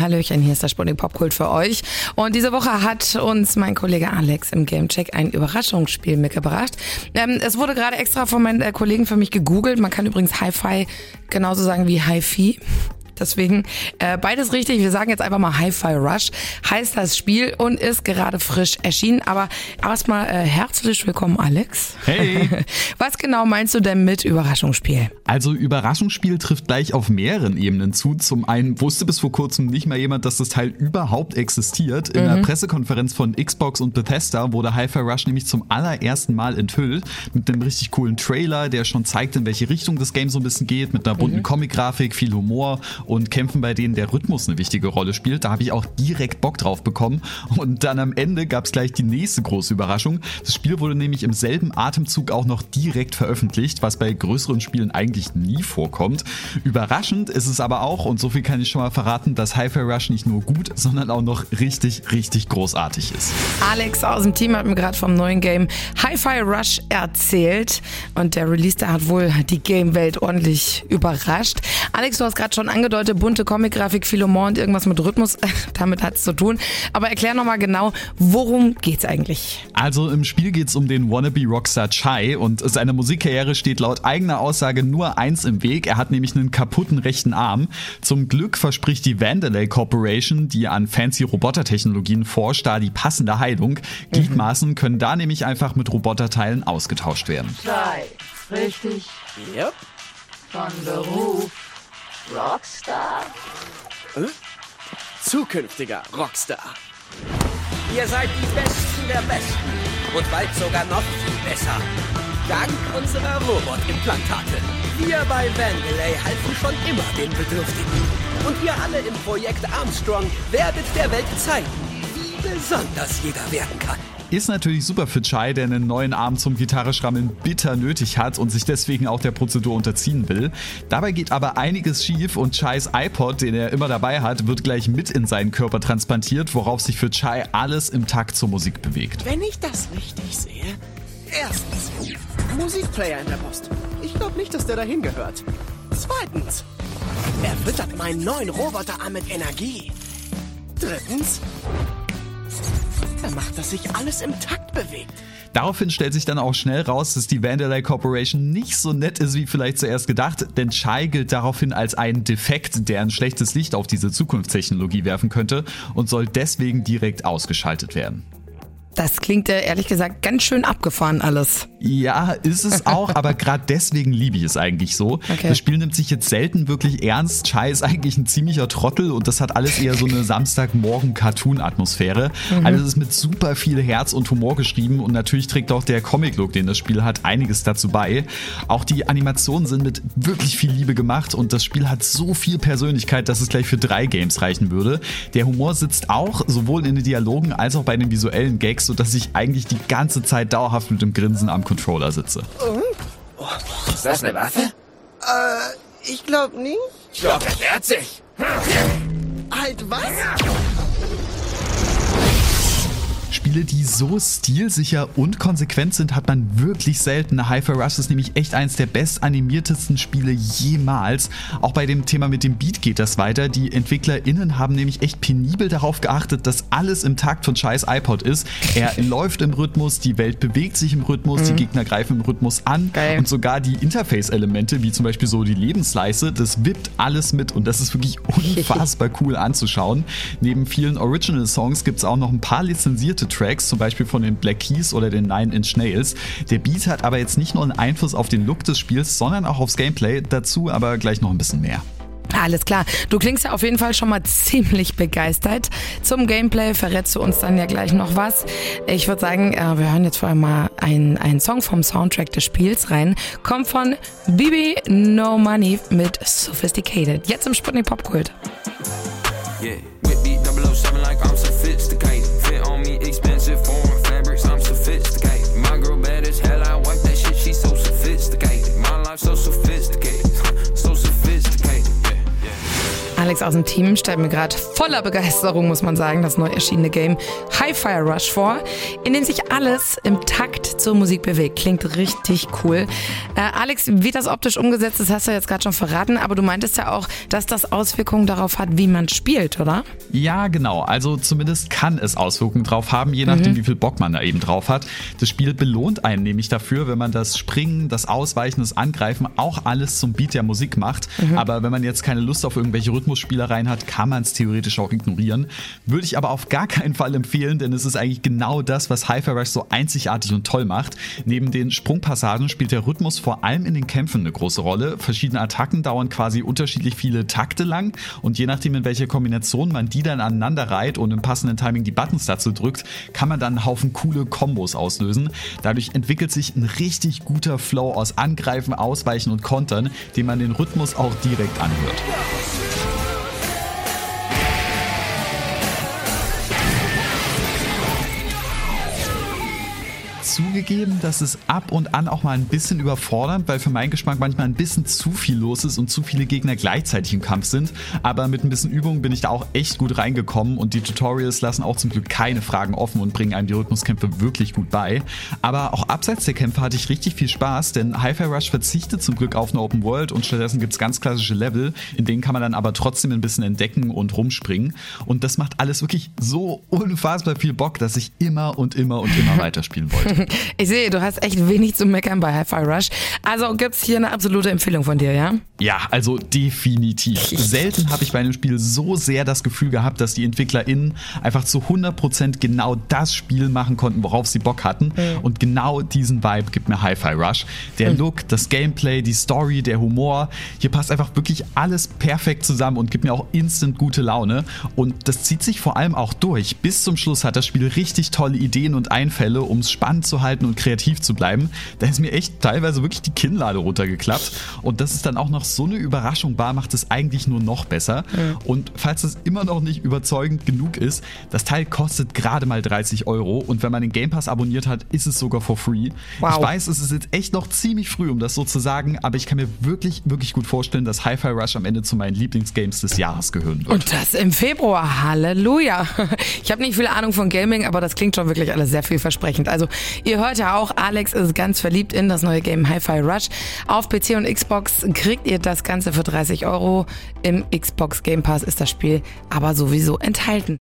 Hallöchen, hier ist der Sputnik Popkult für euch. Und diese Woche hat uns mein Kollege Alex im Gamecheck ein Überraschungsspiel mitgebracht. Es wurde gerade extra von meinen Kollegen für mich gegoogelt. Man kann übrigens Hi-Fi genauso sagen wie Hi-Fi. Deswegen beides richtig. Wir sagen jetzt einfach mal Hi-Fi Rush. Heißt das Spiel und ist gerade frisch erschienen. Aber erstmal herzlich willkommen, Alex. Hey! Was genau meinst du denn mit Überraschungsspiel? Also Überraschungsspiel trifft gleich auf mehreren Ebenen zu. Zum einen wusste bis vor kurzem nicht mal jemand, dass das Teil überhaupt existiert. In der Pressekonferenz von Xbox und Bethesda wurde Hi-Fi Rush nämlich zum allerersten Mal enthüllt. Mit einem richtig coolen Trailer, der schon zeigt, in welche Richtung das Game so ein bisschen geht. Mit einer bunten Comic-Grafik, viel Humor und Kämpfen, bei denen der Rhythmus eine wichtige Rolle spielt. Da habe ich auch direkt Bock drauf bekommen. Und dann am Ende gab es gleich die nächste große Überraschung. Das Spiel wurde nämlich im selben Atemzug auch noch direkt veröffentlicht, was bei größeren Spielen eigentlich nie vorkommt. Überraschend ist es aber auch, und so viel kann ich schon mal verraten, dass Hi-Fi Rush nicht nur gut, sondern auch noch richtig, richtig großartig ist. Alex aus dem Team hat mir gerade vom neuen Game Hi-Fi Rush erzählt. Und der Release, der hat wohl die Game-Welt ordentlich überrascht. Alex, du hast gerade schon angedeutet, bunte Comic-Grafik, viel Humor und irgendwas mit Rhythmus, damit hat es zu tun. Aber erklär nochmal genau, worum geht's eigentlich? Also im Spiel geht's um den Wannabe-Rockstar Chai und seiner Musikkarriere steht laut eigener Aussage nur eins im Weg. Er hat nämlich einen kaputten rechten Arm. Zum Glück verspricht die Vandelay Corporation, die an fancy Robotertechnologien forscht, da die passende Heilung. Gliedmaßen können da nämlich einfach mit Roboterteilen ausgetauscht werden. Chai, richtig? Yep. Von Beruf Rockstar? Zukünftiger Rockstar. Ihr seid die Besten der Besten. Und bald sogar noch viel besser. Dank unserer Robotimplantate. Wir bei Vandelay halten schon immer den Bedürftigen. Und ihr alle im Projekt Armstrong werdet der Welt zeigen, wie besonders jeder werden kann. Ist natürlich super für Chai, der einen neuen Arm zum Gitarreschrammeln bitter nötig hat und sich deswegen auch der Prozedur unterziehen will. Dabei geht aber einiges schief und Chais iPod, den er immer dabei hat, wird gleich mit in seinen Körper transplantiert, worauf sich für Chai alles im Takt zur Musik bewegt. Wenn ich das richtig sehe, erstens, Musikplayer in der Post. Ich glaube nicht, dass der dahin gehört. Zweitens, er füttert meinen neuen Roboterarm mit Energie. Drittens, er macht, dass sich alles im Takt bewegt. Daraufhin stellt sich dann auch schnell raus, dass die Vandelay Corporation nicht so nett ist, wie vielleicht zuerst gedacht, denn Chai gilt daraufhin als ein Defekt, der ein schlechtes Licht auf diese Zukunftstechnologie werfen könnte und soll deswegen direkt ausgeschaltet werden. Das klingt ehrlich gesagt ganz schön abgefahren alles. Ja, ist es auch, aber gerade deswegen liebe ich es eigentlich so. Okay. Das Spiel nimmt sich jetzt selten wirklich ernst. Chai ist eigentlich ein ziemlicher Trottel und das hat alles eher so eine Samstagmorgen-Cartoon-Atmosphäre. Alles ist mit super viel Herz und Humor geschrieben und natürlich trägt auch der Comic-Look, den das Spiel hat, einiges dazu bei. Auch die Animationen sind mit wirklich viel Liebe gemacht und das Spiel hat so viel Persönlichkeit, dass es gleich für 3 Games reichen würde. Der Humor sitzt auch sowohl in den Dialogen als auch bei den visuellen Gags, sodass ich eigentlich die ganze Zeit dauerhaft mit dem Grinsen am Controller sitze. Ist das eine Waffe? Ich glaube nicht. Ich glaube, er wehrt sich. Halt was? Spiele, die so stilsicher und konsequent sind, hat man wirklich selten. Hi-Fi Rush ist nämlich echt eins der bestanimiertesten Spiele jemals. Auch bei dem Thema mit dem Beat geht das weiter. Die EntwicklerInnen haben nämlich echt penibel darauf geachtet, dass alles im Takt von Chais iPod ist. Er läuft im Rhythmus, die Welt bewegt sich im Rhythmus, die Gegner greifen im Rhythmus an. Geil. Und sogar die Interface-Elemente, wie zum Beispiel so die Lebensleiste, das wippt alles mit und das ist wirklich unfassbar cool anzuschauen. Neben vielen Original-Songs gibt es auch noch ein paar lizenzierte Tracks, zum Beispiel von den Black Keys oder den Nine Inch Nails. Der Beat hat aber jetzt nicht nur einen Einfluss auf den Look des Spiels, sondern auch aufs Gameplay. Dazu aber gleich noch ein bisschen mehr. Alles klar. Du klingst ja auf jeden Fall schon mal ziemlich begeistert. Zum Gameplay verrätst du uns dann ja gleich noch was. Ich würde sagen, wir hören jetzt vorher mal einen Song vom Soundtrack des Spiels rein. Kommt von Bibi No Money mit Sophisticated. Jetzt im Sputnik Popkult. Yeah, with the 007 like I'm sophisticated. Fit on me, expensive foreign fabrics, I'm sophisticated. My girl bad as hell, I wipe that shit, she's so sophisticated. My life so sophisticated, so sophisticated. Yeah, yeah. Alex aus dem Team stellt mir gerade voller Begeisterung, muss man sagen, das neu erschienene Game Hi-Fi Rush vor, in dem sich alles im Takt zur Musik bewegt. Klingt richtig cool. Alex, wie das optisch umgesetzt ist, hast du jetzt gerade schon verraten, aber du meintest ja auch, dass das Auswirkungen darauf hat, wie man spielt, oder? Ja, genau. Also zumindest kann es Auswirkungen drauf haben, je nachdem, wie viel Bock man da eben drauf hat. Das Spiel belohnt einen nämlich dafür, wenn man das Springen, das Ausweichen, das Angreifen auch alles zum Beat der Musik macht. Aber wenn man jetzt keine Lust auf irgendwelche Rhythmusspielereien hat, kann man es theoretisch auch ignorieren. Würde ich aber auf gar keinen Fall empfehlen, denn es ist eigentlich genau das, was Hi-Fi Rush so einzigartig und toll macht. Neben den Sprungpassagen spielt der Rhythmus vor allem in den Kämpfen eine große Rolle. Verschiedene Attacken dauern quasi unterschiedlich viele Takte lang und je nachdem, in welcher Kombination man die dann aneinander reiht und im passenden Timing die Buttons dazu drückt, kann man dann einen Haufen coole Kombos auslösen. Dadurch entwickelt sich ein richtig guter Flow aus Angreifen, Ausweichen und Kontern, den man den Rhythmus auch direkt anhört. Zugegeben, dass es ab und an auch mal ein bisschen überfordernd, weil für meinen Geschmack manchmal ein bisschen zu viel los ist und zu viele Gegner gleichzeitig im Kampf sind. Aber mit ein bisschen Übung bin ich da auch echt gut reingekommen und die Tutorials lassen auch zum Glück keine Fragen offen und bringen einem die Rhythmuskämpfe wirklich gut bei. Aber auch abseits der Kämpfe hatte ich richtig viel Spaß, denn Hi-Fi Rush verzichtet zum Glück auf eine Open World und stattdessen gibt es ganz klassische Level, in denen kann man dann aber trotzdem ein bisschen entdecken und rumspringen. Und das macht alles wirklich so unfassbar viel Bock, dass ich immer und immer weiterspielen wollte. Ich sehe, du hast echt wenig zu meckern bei Hi-Fi Rush. Also gibt's hier eine absolute Empfehlung von dir, ja? Ja, also definitiv. Selten habe ich bei einem Spiel so sehr das Gefühl gehabt, dass die EntwicklerInnen einfach zu 100% genau das Spiel machen konnten, worauf sie Bock hatten. Und genau diesen Vibe gibt mir Hi-Fi Rush. Der Look, das Gameplay, die Story, der Humor. Hier passt einfach wirklich alles perfekt zusammen und gibt mir auch instant gute Laune. Und das zieht sich vor allem auch durch. Bis zum Schluss hat das Spiel richtig tolle Ideen und Einfälle, um es spannend zu halten und kreativ zu bleiben. Da ist mir echt teilweise wirklich die Kinnlade runtergeklappt. Und dass es dann auch noch so eine Überraschung war, macht es eigentlich nur noch besser. Und falls es immer noch nicht überzeugend genug ist, das Teil kostet gerade mal 30 € und wenn man den Game Pass abonniert hat, ist es sogar for free. Wow. Ich weiß, es ist jetzt echt noch ziemlich früh, um das so zu sagen, aber ich kann mir wirklich gut vorstellen, dass Hi-Fi Rush am Ende zu meinen Lieblingsgames des Jahres gehören wird. Und das im Februar. Halleluja. Ich habe nicht viel Ahnung von Gaming, aber das klingt schon wirklich alles sehr vielversprechend. Also ihr hört ja auch, Alex ist ganz verliebt in das neue Game Hi-Fi Rush. Auf PC und Xbox kriegt ihr das Ganze für 30 €. Im Xbox Game Pass ist das Spiel aber sowieso enthalten.